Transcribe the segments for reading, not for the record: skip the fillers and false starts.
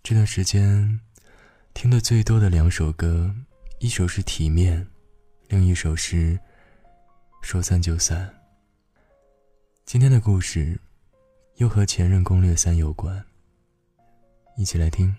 这段时间听的最多的2首歌，一首是《体面》，另一首是《说散就散》。今天的故事又和《前任攻略3》有关，一起来听。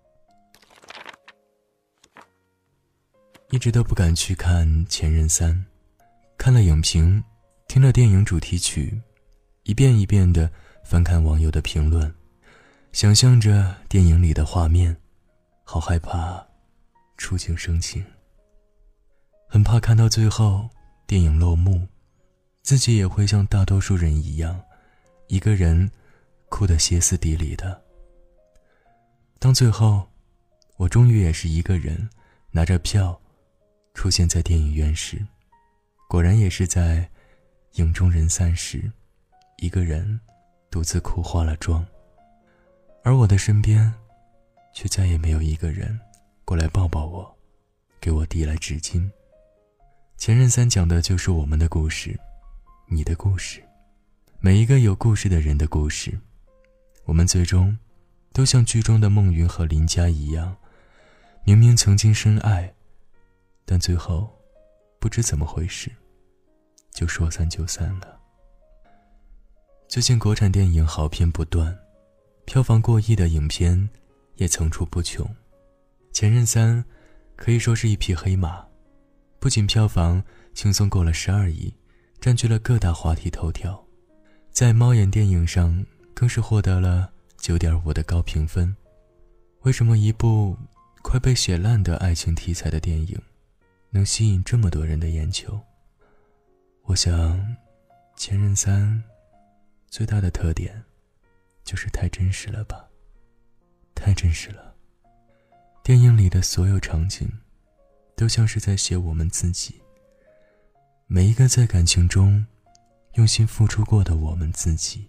一直都不敢去看《前任3》，看了影评，听了电影主题曲，一遍一遍地翻看网友的评论，想象着电影里的画面，好害怕触景生情，很怕看到最后电影落幕，自己也会像大多数人一样，一个人哭得歇斯底里的。当最后我终于也是一个人拿着票出现在电影院时，果然也是在影中人散时，一个人独自哭花了妆，而我的身边却再也没有一个人过来抱抱我，给我递来纸巾。前任3讲的就是我们的故事，你的故事，每一个有故事的人的故事。我们最终都像剧中的孟云和林佳一样，明明曾经深爱，但最后不知怎么回事就说散就散了。最近国产电影好片不断，票房过亿的影片也层出不穷。前任3可以说是一匹黑马，不仅票房轻松过了12亿，占据了各大话题头条，在猫眼电影上更是获得了 9.5 的高评分。为什么一部快被写烂的爱情题材的电影能吸引这么多人的眼球？我想前任3最大的特点就是太真实了吧，太真实了。电影里的所有场景都像是在写我们自己，每一个在感情中用心付出过的我们自己。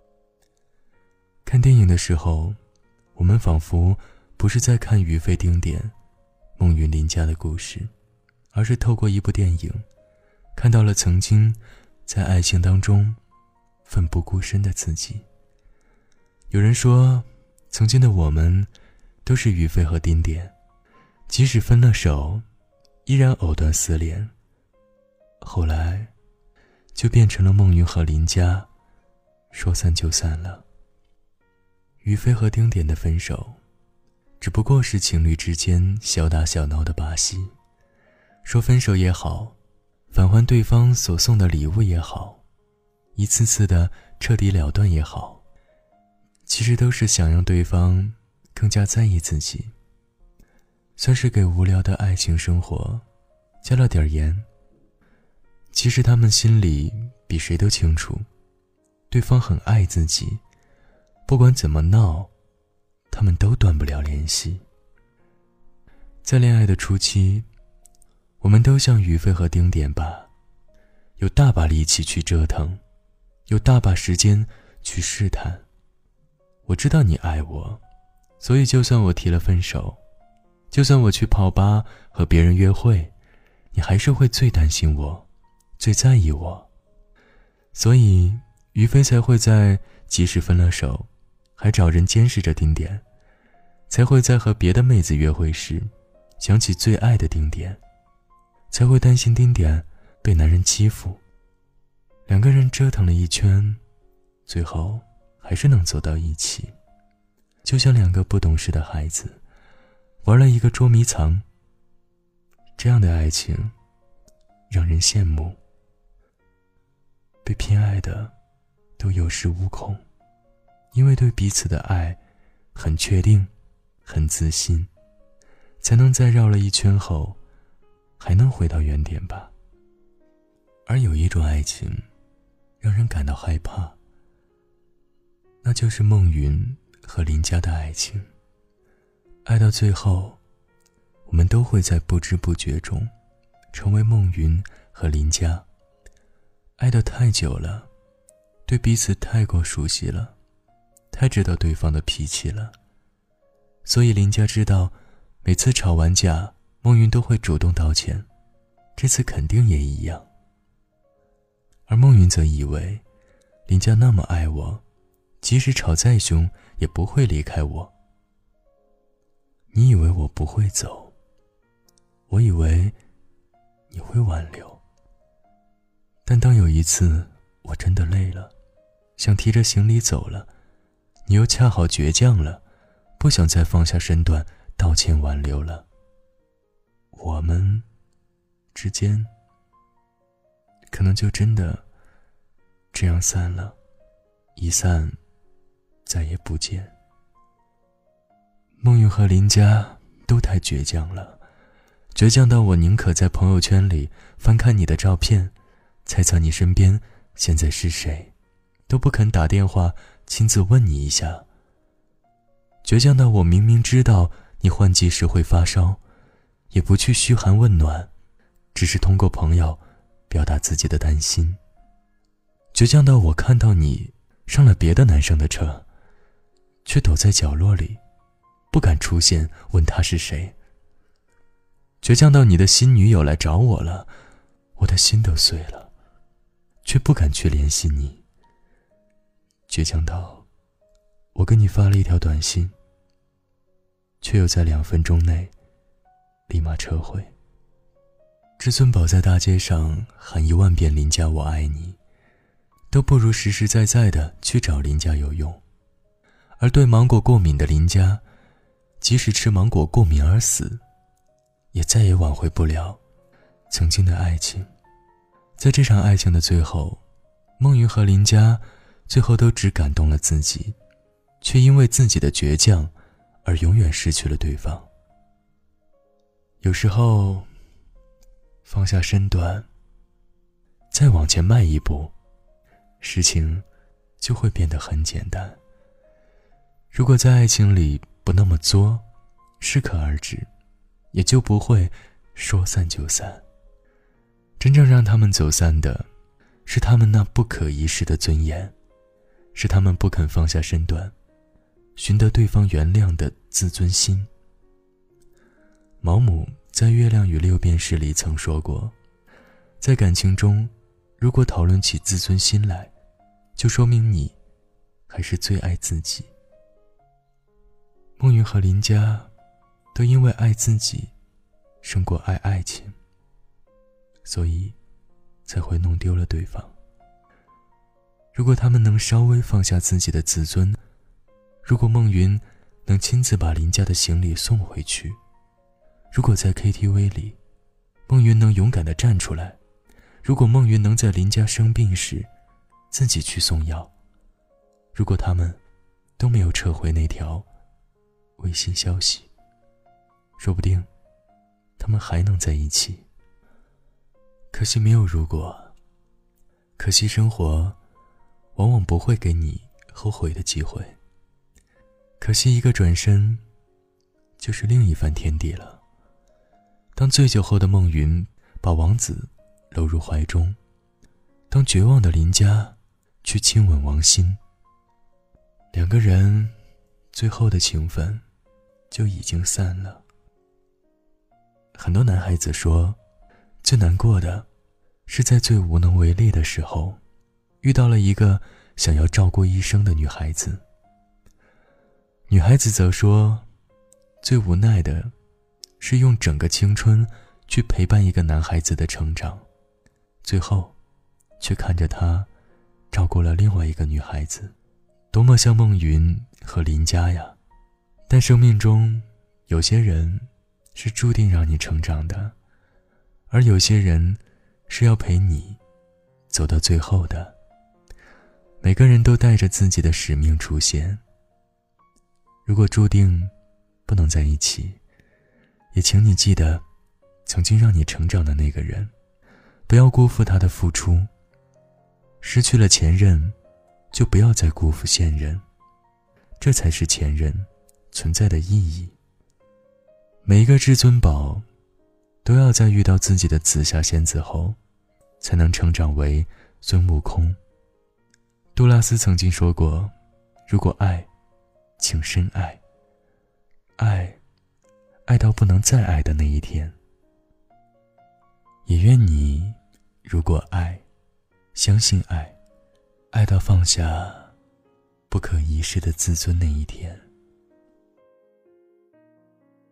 看电影的时候，我们仿佛不是在看于飞丁点、孟云林佳的故事，而是透过一部电影看到了曾经在爱情当中奋不顾身的自己。有人说，曾经的我们都是于飞和丁点，即使分了手依然藕断丝连，后来就变成了孟云和林佳，说散就散了。于飞和丁点的分手只不过是情侣之间小打小闹的把戏，说分手也好，返还对方所送的礼物也好，一次次的彻底了断也好，其实都是想让对方更加在意自己，算是给无聊的爱情生活加了点盐。其实他们心里比谁都清楚，对方很爱自己，不管怎么闹，他们都断不了联系。在恋爱的初期，我们都像于飞和丁点吧，有大把力气去折腾，有大把时间去试探。我知道你爱我，所以就算我提了分手，就算我去泡吧和别人约会，你还是会最担心我，最在意我。所以于飞才会在即使分了手还找人监视着丁点，才会在和别的妹子约会时想起最爱的丁点，才会担心丁点被男人欺负。两个人折腾了一圈，最后还是能走到一起，就像2个不懂事的孩子玩了一个捉迷藏。这样的爱情让人羡慕，被偏爱的都有恃无恐，因为对彼此的爱很确定，很自信，才能在绕了一圈后还能回到原点吧。而有一种爱情让人感到害怕，那就是孟云和林佳的爱情。爱到最后，我们都会在不知不觉中成为孟云和林佳。爱得太久了，对彼此太过熟悉了，太知道对方的脾气了，所以林佳知道每次吵完架，孟云都会主动道歉，这次肯定也一样。而孟云则以为林佳那么爱我，即使吵再凶也不会离开我。 你以为我不会走，我以为你会挽留。但当有一次我真的累了，想提着行李走了，你又恰好倔强了，不想再放下身段道歉挽留了。我们之间可能就真的这样散了，一散再也不见。孟云和林佳都太倔强了，倔强到我宁可在朋友圈里翻看你的照片，猜测你身边现在是谁，都不肯打电话亲自问你一下。倔强到我明明知道你换季时会发烧，也不去嘘寒问暖，只是通过朋友表达自己的担心。倔强到我看到你上了别的男生的车，却躲在角落里不敢出现问他是谁。倔强到你的新女友来找我了，我的心都碎了，却不敢去联系你。倔强到我跟你发了一条短信，却又在2分钟内立马撤回。至尊宝在大街上喊10000遍林佳我爱你，都不如实实在在的去找林佳有用。而对芒果过敏的林佳，即使吃芒果过敏而死，也再也挽回不了曾经的爱情。在这场爱情的最后，孟云和林佳最后都只感动了自己，却因为自己的倔强而永远失去了对方。有时候放下身段，再往前迈一步，事情就会变得很简单。如果在爱情里不那么作，适可而止，也就不会说散就散。真正让他们走散的，是他们那不可一世的尊严，是他们不肯放下身段，寻得对方原谅的自尊心。毛姆在《月亮与六便士》里曾说过，在感情中，如果讨论起自尊心来，就说明你还是最爱自己。孟云和林佳都因为爱自己胜过爱爱情，所以才会弄丢了对方。如果他们能稍微放下自己的自尊，如果孟云能亲自把林佳的行李送回去，如果在 KTV 里孟云能勇敢地站出来，如果孟云能在林佳生病时自己去送药，如果他们都没有撤回那条微信消息，说不定他们还能在一起。可惜没有如果，可惜生活往往不会给你后悔的机会，可惜一个转身就是另一番天地了。当醉酒后的孟云把王子搂入怀中，当绝望的林佳去亲吻王欣，两个人最后的情分就已经散了。很多男孩子说，最难过的是在最无能为力的时候，遇到了一个想要照顾一生的女孩子。女孩子则说，最无奈的是用整个青春去陪伴一个男孩子的成长，最后却看着他照顾了另外一个女孩子。多么像孟云和林佳呀！但生命中有些人是注定让你成长的，而有些人是要陪你走到最后的。每个人都带着自己的使命出现，如果注定不能在一起，也请你记得曾经让你成长的那个人，不要辜负他的付出。失去了前任，就不要再辜负现任，这才是前任存在的意义。每一个至尊宝都要在遇到自己的紫霞仙子后，才能成长为孙悟空。杜拉斯曾经说过，如果爱，请深爱，爱到不能再爱的那一天。也愿你如果爱，相信爱，爱到放下不可一世的自尊那一天。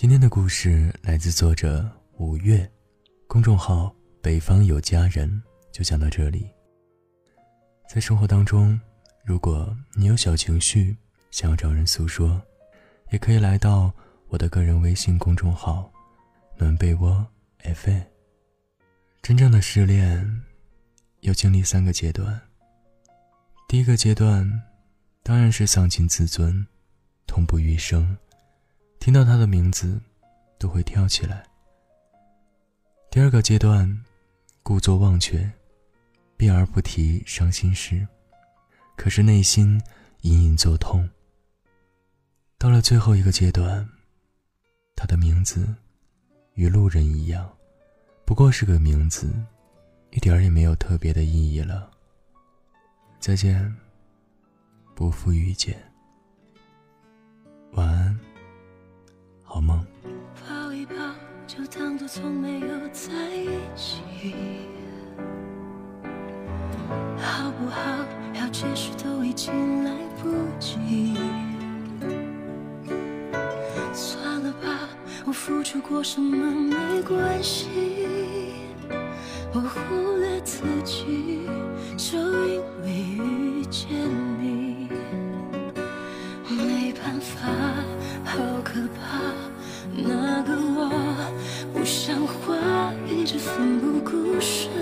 今天的故事来自作者5月，公众号北方有佳人，就讲到这里。在生活当中，如果你有小情绪想要找人诉说，也可以来到我的个人微信公众号暖被窝 FM。 真正的失恋要经历3个阶段。第一个阶段当然是丧尽自尊，痛不欲生，听到他的名字都会跳起来。第二个阶段故作忘却，避而不提伤心事，可是内心隐隐作痛。到了最后一个阶段，他的名字与路人一样，不过是个名字，一点儿也没有特别的意义了。再见，不负遇见。晚安，好梦。 抱一抱，就当作从没有在一起，好不好？要解释都已经来不及。算了吧，我付出过什么没关系，我忽略自己，就因为遇见你。没办法，好可怕，那个我不像话，一直奋不顾身，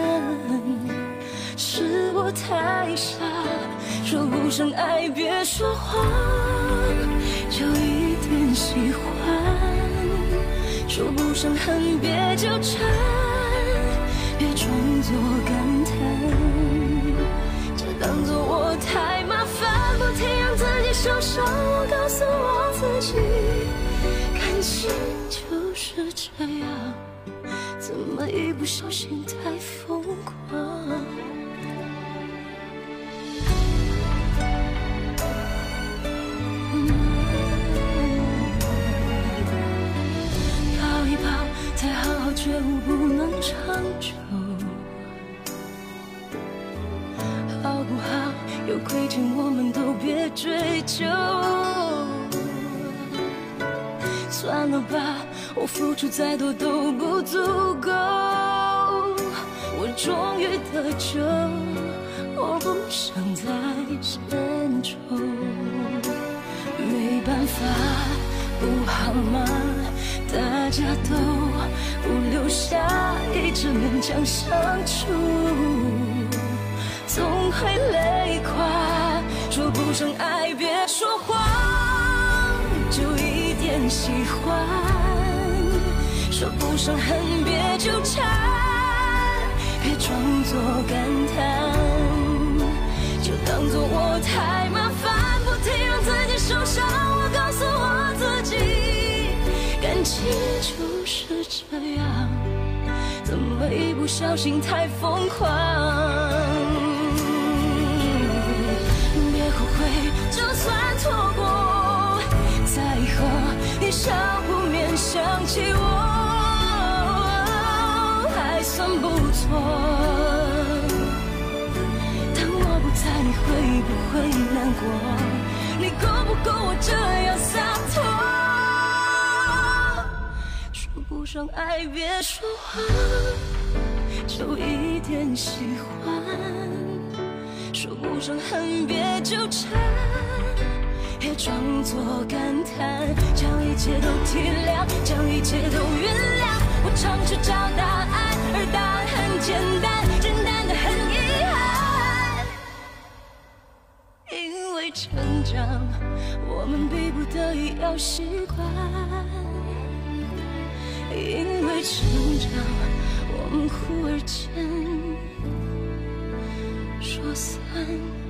是我太傻，说不上爱别说谎，就一点喜欢，说不上恨别纠缠，别装作感叹，这当作我太麻烦，不停让自己受伤。我告诉我自己，感情就是这样，怎么一不小心太疯狂。抱一抱，再好好觉悟不能长久，好不好？有亏欠我们都别追究。算了吧，我付出再多都不足够，我终于得救，我不想再献丑。没办法，不好吗？大家都不留下，一直勉强相处，总会累垮。说不上爱别说谎，就一点喜欢，说不上恨别纠缠，别装作感叹，就当作我太麻烦，不停让自己受伤。我告诉我自己，感情就是这样，怎么一不小心太疯狂。别后悔，就算错过，在和你笑不免想起我，还算不错。当我不在，你会不会难过？你够不够我这样洒脱？说不上爱别说谎，就一点喜欢，说不上恨别纠缠，别装作感叹，将一切都体谅，将一切都原谅。我常去找答案，而答案很简单，简单的很遗憾。因为成长，我们逼不得已要习惯，因为成长，我们忽而间说散。